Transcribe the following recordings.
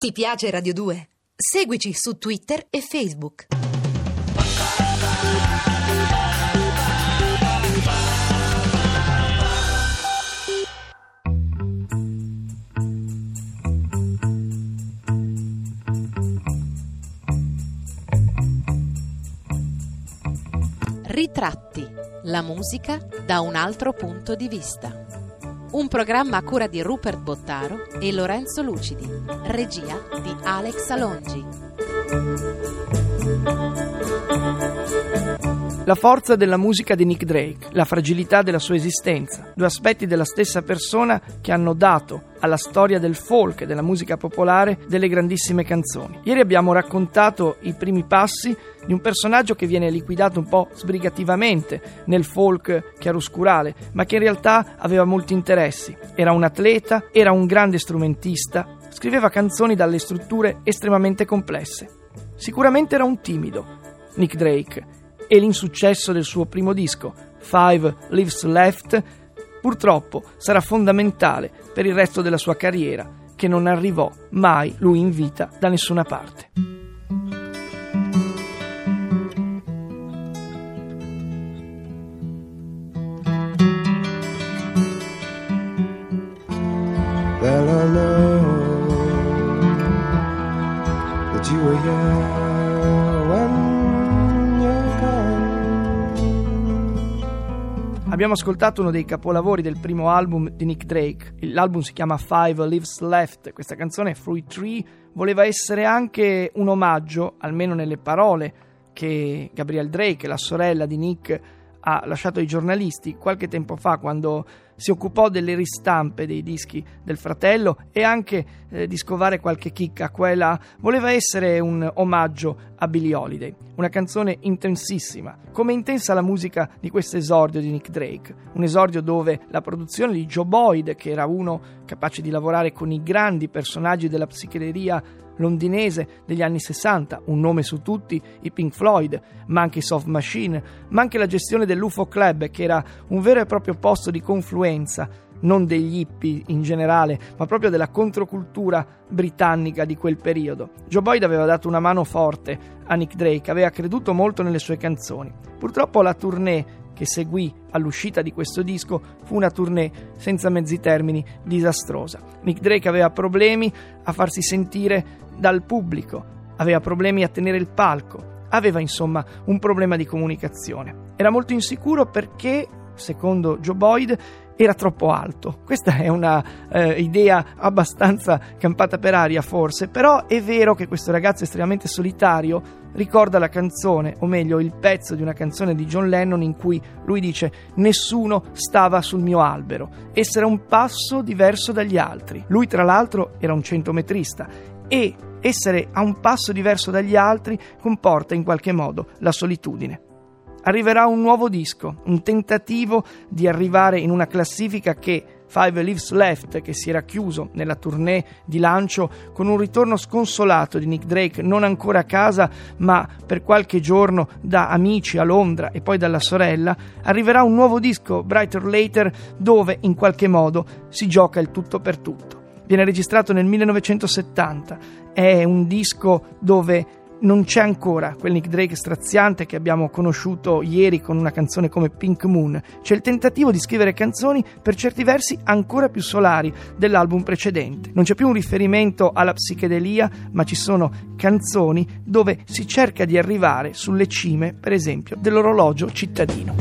Ti piace Radio 2? Seguici su Twitter e Facebook. Ritratti, la musica da un altro punto di vista. Un programma a cura di Rupert Bottaro e Lorenzo Lucidi, regia di Alex Alongi. La forza della musica di Nick Drake, la fragilità della sua esistenza, due aspetti della stessa persona che hanno dato alla storia del folk e della musica popolare delle grandissime canzoni. Ieri abbiamo raccontato i primi passi di un personaggio che viene liquidato un po' sbrigativamente nel folk chiaroscurale, ma che in realtà aveva molti interessi. Era un atleta, era un grande strumentista, scriveva canzoni dalle strutture estremamente complesse. Sicuramente era un timido, Nick Drake, e l'insuccesso del suo primo disco, Five Leaves Left, purtroppo sarà fondamentale per il resto della sua carriera, che non arrivò mai lui in vita da nessuna parte. Well, I know that you were here when you're gone. Abbiamo ascoltato uno dei capolavori del primo album di Nick Drake. L'album si chiama Five Leaves Left. Questa canzone, Fruit Tree, voleva essere anche un omaggio, almeno nelle parole, che Gabrielle Drake, la sorella di Nick, ha lasciato ai giornalisti qualche tempo fa, quando si occupò delle ristampe dei dischi del fratello e anche di scovare qualche chicca qua e là. Voleva essere un omaggio a Billie Holiday, una canzone intensissima, come intensa la musica di questo esordio di Nick Drake, un esordio dove la produzione di Joe Boyd, che era uno capace di lavorare con i grandi personaggi della psichedelia londinese degli anni 60, un nome su tutti, i Pink Floyd, ma anche i Soft Machine, ma anche la gestione dell'UFO Club, che era un vero e proprio posto di confluenza, non degli hippie in generale, ma proprio della controcultura britannica di quel periodo. Joe Boyd aveva dato una mano forte a Nick Drake, aveva creduto molto nelle sue canzoni. Purtroppo la tournée che seguì all'uscita di questo disco fu una tournée senza mezzi termini, disastrosa. Nick Drake aveva problemi a farsi sentire dal pubblico, aveva problemi a tenere il palco, aveva insomma un problema di comunicazione. Era molto insicuro perché, secondo Joe Boyd, era troppo alto. Questa è una idea abbastanza campata per aria forse, però è vero che questo ragazzo estremamente solitario ricorda la canzone, o meglio il pezzo di una canzone di John Lennon in cui lui dice: nessuno stava sul mio albero, essere un passo diverso dagli altri. Lui tra l'altro era un centometrista e essere a un passo diverso dagli altri comporta in qualche modo la solitudine. Arriverà un nuovo disco, un tentativo di arrivare in una classifica che Five Leaves Left, che si era chiuso nella tournée di lancio con un ritorno sconsolato di Nick Drake, non ancora a casa ma per qualche giorno da amici a Londra e poi dalla sorella. Arriverà un nuovo disco, Brighter Later, dove in qualche modo si gioca il tutto per tutto. Viene registrato nel 1970, è un disco dove non c'è ancora quel Nick Drake straziante che abbiamo conosciuto ieri con una canzone come Pink Moon. C'è il tentativo di scrivere canzoni per certi versi ancora più solari dell'album precedente. Non c'è più un riferimento alla psichedelia, ma ci sono canzoni dove si cerca di arrivare sulle cime, per esempio, dell'orologio cittadino.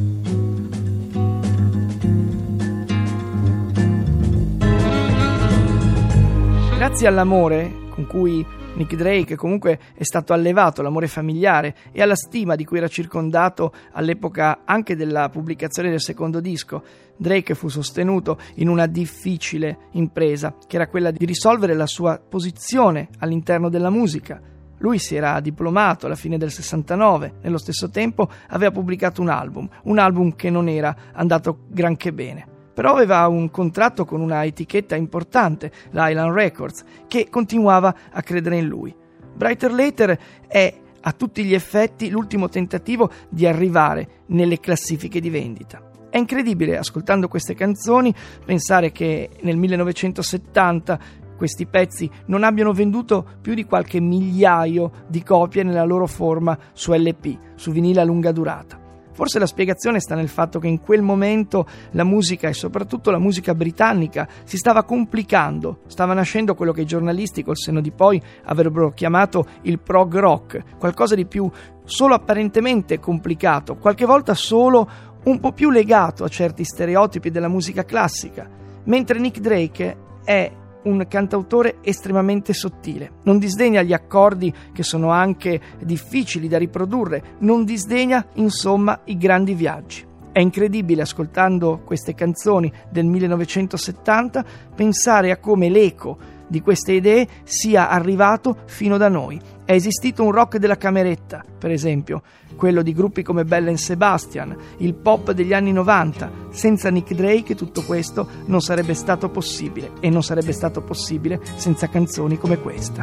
Grazie all'amore con cui Nick Drake comunque è stato allevato, l'amore familiare, e alla stima di cui era circondato all'epoca anche della pubblicazione del secondo disco, Drake fu sostenuto in una difficile impresa, che era quella di risolvere la sua posizione all'interno della musica. Lui si era diplomato alla fine del 69, nello stesso tempo aveva pubblicato un album che non era andato granché bene. Però aveva un contratto con una etichetta importante, la Island Records, che continuava a credere in lui. Brighter Later è a tutti gli effetti l'ultimo tentativo di arrivare nelle classifiche di vendita. È incredibile, ascoltando queste canzoni, pensare che nel 1970 questi pezzi non abbiano venduto più di qualche migliaio di copie nella loro forma su LP, su vinile a lunga durata. Forse la spiegazione sta nel fatto che in quel momento la musica, e soprattutto la musica britannica, si stava complicando, stava nascendo quello che i giornalisti col senno di poi avrebbero chiamato il prog rock, qualcosa di più solo apparentemente complicato, qualche volta solo un po' più legato a certi stereotipi della musica classica, mentre Nick Drake è un cantautore estremamente sottile, non disdegna gli accordi che sono anche difficili da riprodurre, non disdegna insomma i grandi viaggi. È incredibile, ascoltando queste canzoni del 1970, pensare a come l'eco di queste idee sia arrivato fino da noi. È esistito un rock della cameretta, per esempio, quello di gruppi come Bell and Sebastian, il pop degli anni 90. Senza Nick Drake tutto questo non sarebbe stato possibile, e non sarebbe stato possibile senza canzoni come questa.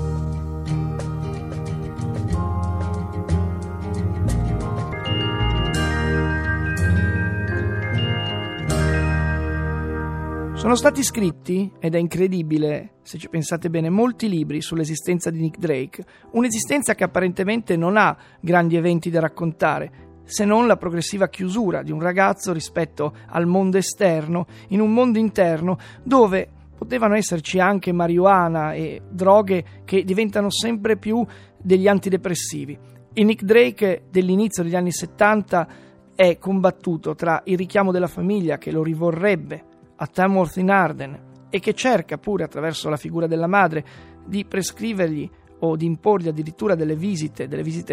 Sono stati scritti, ed è incredibile se ci pensate bene, molti libri sull'esistenza di Nick Drake, un'esistenza che apparentemente non ha grandi eventi da raccontare, se non la progressiva chiusura di un ragazzo rispetto al mondo esterno, in un mondo interno dove potevano esserci anche marijuana e droghe che diventano sempre più degli antidepressivi. Il Nick Drake dell'inizio degli anni 70 è combattuto tra il richiamo della famiglia che lo rivorrebbe a Tamworth in Arden e che cerca pure attraverso la figura della madre di prescrivergli o di imporgli addirittura delle visite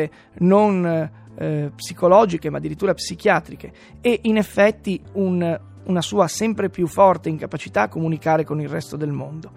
non psicologiche ma addirittura psichiatriche, e in effetti una sua sempre più forte incapacità a comunicare con il resto del mondo,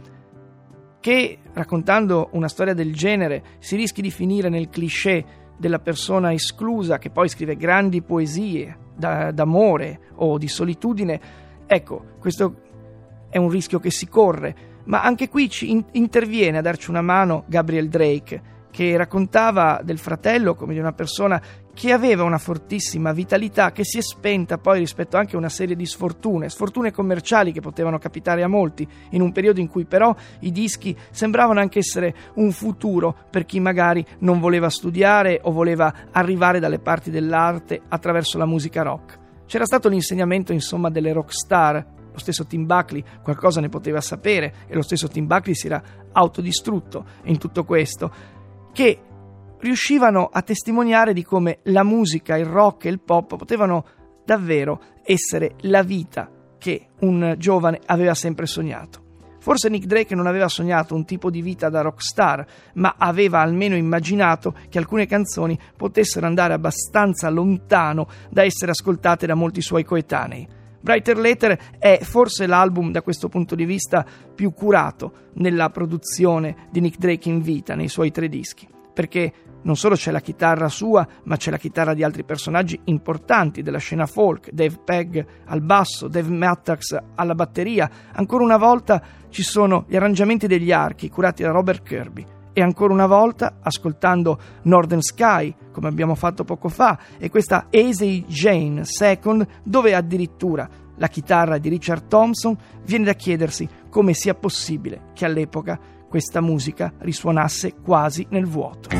che raccontando una storia del genere si rischi di finire nel cliché della persona esclusa che poi scrive grandi poesie d'amore o di solitudine. Ecco, questo è un rischio che si corre, ma anche qui ci interviene a darci una mano Gabriel Drake, che raccontava del fratello come di una persona che aveva una fortissima vitalità che si è spenta poi rispetto anche a una serie di sfortune commerciali che potevano capitare a molti, in un periodo in cui però i dischi sembravano anche essere un futuro per chi magari non voleva studiare o voleva arrivare dalle parti dell'arte attraverso la musica rock. C'era stato l'insegnamento insomma delle rockstar, lo stesso Tim Buckley qualcosa ne poteva sapere e lo stesso Tim Buckley si era autodistrutto in tutto questo, che riuscivano a testimoniare di come la musica, il rock e il pop potevano davvero essere la vita che un giovane aveva sempre sognato. Forse Nick Drake non aveva sognato un tipo di vita da rockstar, ma aveva almeno immaginato che alcune canzoni potessero andare abbastanza lontano da essere ascoltate da molti suoi coetanei. Brighter Later è forse l'album da questo punto di vista più curato nella produzione di Nick Drake in vita, nei suoi 3 dischi, perché non solo c'è la chitarra sua, ma c'è la chitarra di altri personaggi importanti della scena folk, Dave Pegg al basso, Dave Mattox alla batteria, ancora una volta ci sono gli arrangiamenti degli archi curati da Robert Kirby, e ancora una volta, ascoltando Northern Sky, come abbiamo fatto poco fa, e questa Easy Jane II, dove addirittura la chitarra di Richard Thompson, viene da chiedersi come sia possibile che all'epoca questa musica risuonasse quasi nel vuoto.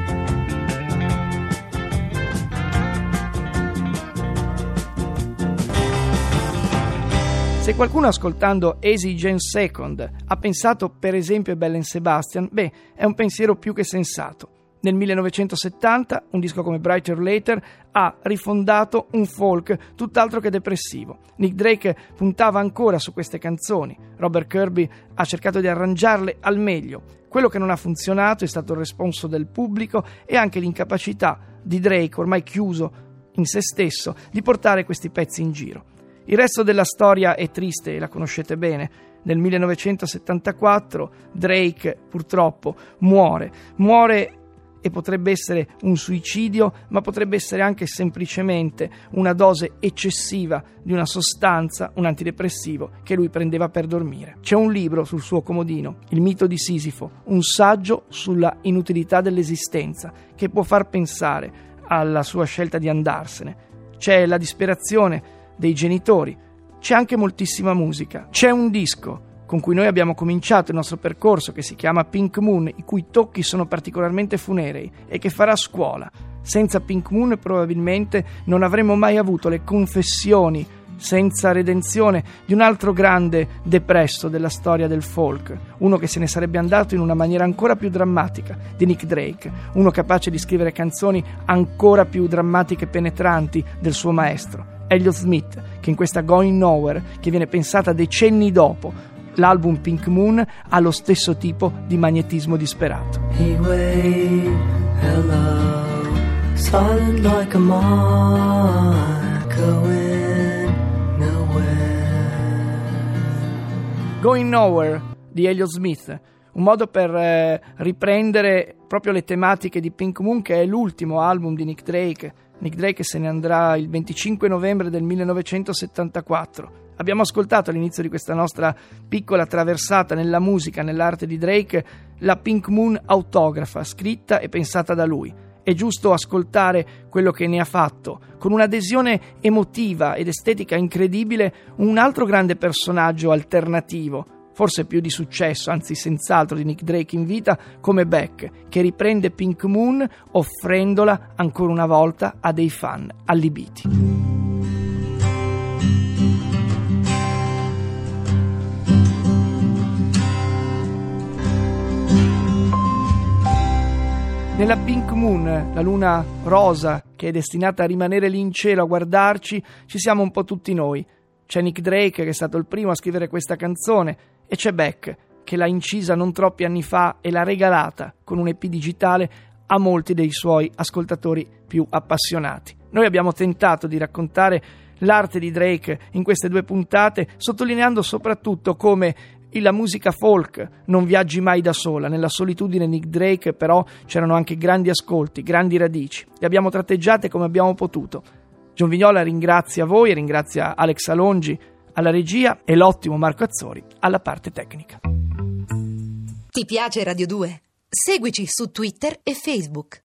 Se qualcuno ascoltando Easy Jane II ha pensato per esempio a Bell and Sebastian, è un pensiero più che sensato. Nel 1970 un disco come Brighter Later ha rifondato un folk tutt'altro che depressivo. Nick Drake puntava ancora su queste canzoni, Robert Kirby ha cercato di arrangiarle al meglio. Quello che non ha funzionato è stato il responso del pubblico e anche l'incapacità di Drake, ormai chiuso in se stesso, di portare questi pezzi in giro. Il resto della storia è triste e la conoscete bene. Nel 1974 Drake purtroppo muore e potrebbe essere un suicidio, ma potrebbe essere anche semplicemente una dose eccessiva di una sostanza, un antidepressivo, che lui prendeva per dormire. C'è un libro sul suo comodino, Il mito di Sisifo, un saggio sulla inutilità dell'esistenza, che può far pensare alla sua scelta di andarsene. C'è la disperazione dei genitori, c'è anche moltissima musica, c'è un disco con cui noi abbiamo cominciato il nostro percorso, che si chiama Pink Moon, i cui tocchi sono particolarmente funerei e che farà scuola. Senza Pink Moon probabilmente non avremmo mai avuto le confessioni senza redenzione di un altro grande depresso della storia del folk, uno che se ne sarebbe andato in una maniera ancora più drammatica, di Nick Drake, uno capace di scrivere canzoni ancora più drammatiche e penetranti del suo maestro, Elliott Smith, che in questa Going Nowhere, che viene pensata decenni dopo l'album Pink Moon, ha lo stesso tipo di magnetismo disperato. He waved hello, silent like a mark going nowhere. Going Nowhere di Elliott Smith, un modo per riprendere proprio le tematiche di Pink Moon, che è l'ultimo album di Nick Drake. Nick Drake se ne andrà il 25 novembre del 1974. Abbiamo ascoltato all'inizio di questa nostra piccola traversata nella musica, nell'arte di Drake, la Pink Moon autografa, scritta e pensata da lui. È giusto ascoltare quello che ne ha fatto, con un'adesione emotiva ed estetica incredibile, un altro grande personaggio alternativo, forse più di successo, anzi senz'altro di Nick Drake in vita, come Beck, che riprende Pink Moon offrendola ancora una volta a dei fan allibiti. Nella Pink Moon, la luna rosa che è destinata a rimanere lì in cielo a guardarci, ci siamo un po' tutti noi. C'è Nick Drake, che è stato il primo a scrivere questa canzone, e c'è Beck, che l'ha incisa non troppi anni fa e l'ha regalata con un EP digitale a molti dei suoi ascoltatori più appassionati. Noi abbiamo tentato di raccontare l'arte di Drake in queste 2 puntate, sottolineando soprattutto come la musica folk non viaggi mai da sola. Nella solitudine Nick Drake però c'erano anche grandi ascolti, grandi radici. Le abbiamo tratteggiate come abbiamo potuto. John Vignola ringrazia voi, ringrazia Alex Alongi alla regia e l'ottimo Marco Azzori alla parte tecnica. Ti piace Radio 2? Seguici su Twitter e Facebook.